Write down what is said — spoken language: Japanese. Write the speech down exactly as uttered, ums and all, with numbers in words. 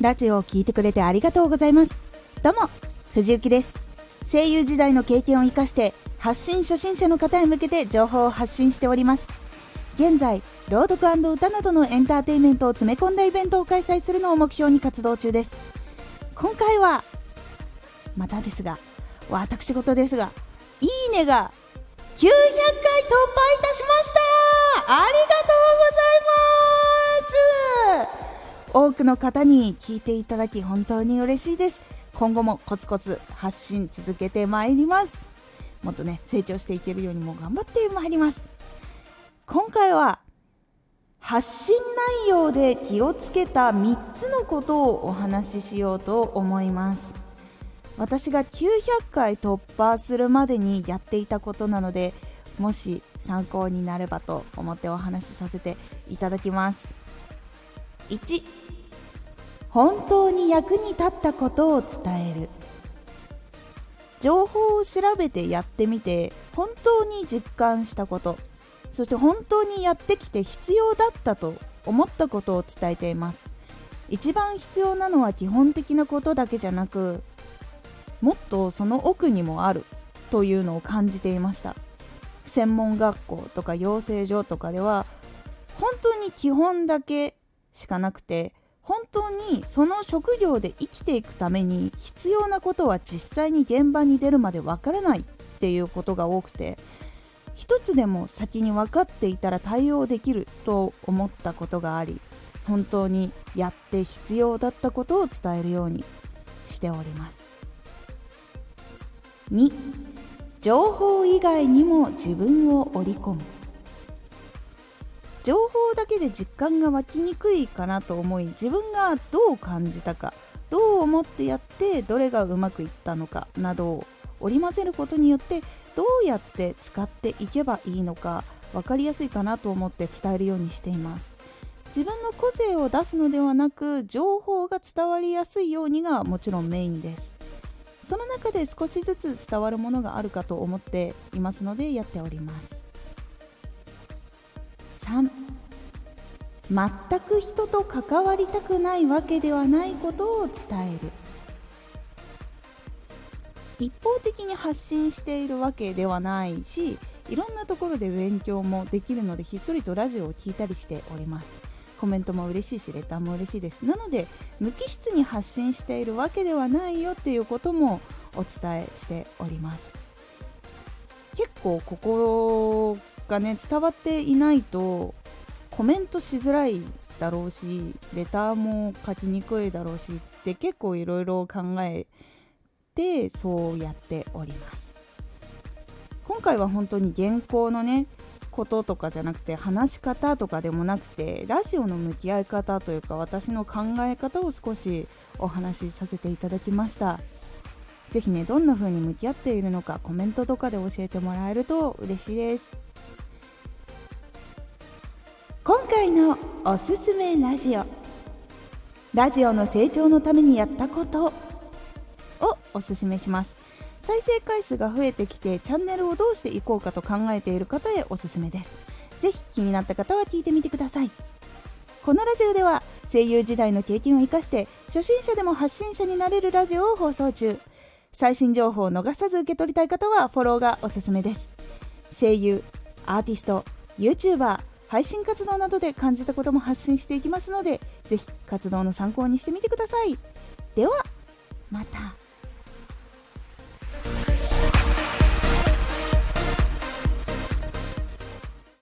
ラジオを聞いてくれてありがとうございます。どうも藤幸です。声優時代の経験を生かして発信初心者の方へ向けて情報を発信しております。現在朗読&歌などのエンターテインメントを詰め込んだイベントを開催するのを目標に活動中です。今回はまたですが私事ですがいいねがきゅうひゃっかい突破いたしました。ありがとうございます。多くの方に聞いていただき本当に嬉しいです。今後もコツコツ発信続けてまいります。もっとね成長していけるようにも頑張ってまいります。今回は発信内容で気をつけたみっつのことをお話ししようと思います。私がきゅうひゃっかい突破するまでにやっていたことなので、もし参考になればと思ってお話しさせていただきます。いち、本当に役に立ったことを伝える。情報を調べてやってみて本当に実感したこと、そして本当にやってきて必要だったと思ったことを伝えています。一番必要なのは基本的なことだけじゃなく、もっとその奥にもあるというのを感じていました。専門学校とか養成所とかでは本当に基本だけしかなくて、本当にその職業で生きていくために必要なことは実際に現場に出るまでわからないっていうことが多くて、一つでも先に分かっていたら対応できると思ったことがあり、本当にやって必要だったことを伝えるようにしております。に、情報以外にも自分を織り込む。情報だけで実感が湧きにくいかなと思い、自分がどう感じたか、どう思ってやってどれがうまくいったのかなどを織り交ぜることによって、どうやって使っていけばいいのか分かりやすいかなと思って伝えるようにしています。自分の個性を出すのではなく、情報が伝わりやすいようにがもちろんメインです。その中で少しずつ伝わるものがあるかと思っていますのでやっております。さん、全く人と関わりたくないわけではないことを伝える。一方的に発信しているわけではないし、いろんなところで勉強もできるので、ひっそりとラジオを聞いたりしております。コメントも嬉しいしレターも嬉しいです。なので無機質に発信しているわけではないよっていうこともお伝えしております。結構ここがね伝わっていないとコメントしづらいだろうし、レターも書きにくいだろうしって結構いろいろ考えてそうやっております。今回は本当に原稿のねこととかじゃなくて、話し方とかでもなくて、ラジオの向き合い方というか私の考え方を少しお話しさせていただきました。ぜひねどんな風に向き合っているのかコメントとかで教えてもらえると嬉しいです。今回のおすすめラジオ、ラジオの成長のためにやったことをおすすめします。再生回数が増えてきてチャンネルをどうしていこうかと考えている方へおすすめです。ぜひ気になった方は聞いてみてください。このラジオでは声優時代の経験を生かして初心者でも発信者になれるラジオを放送中。最新情報を逃さず受け取りたい方はフォローがおすすめです。声優、アーティスト、YouTuber、配信活動などで感じたことも発信していきますので、ぜひ活動の参考にしてみてください。ではまた。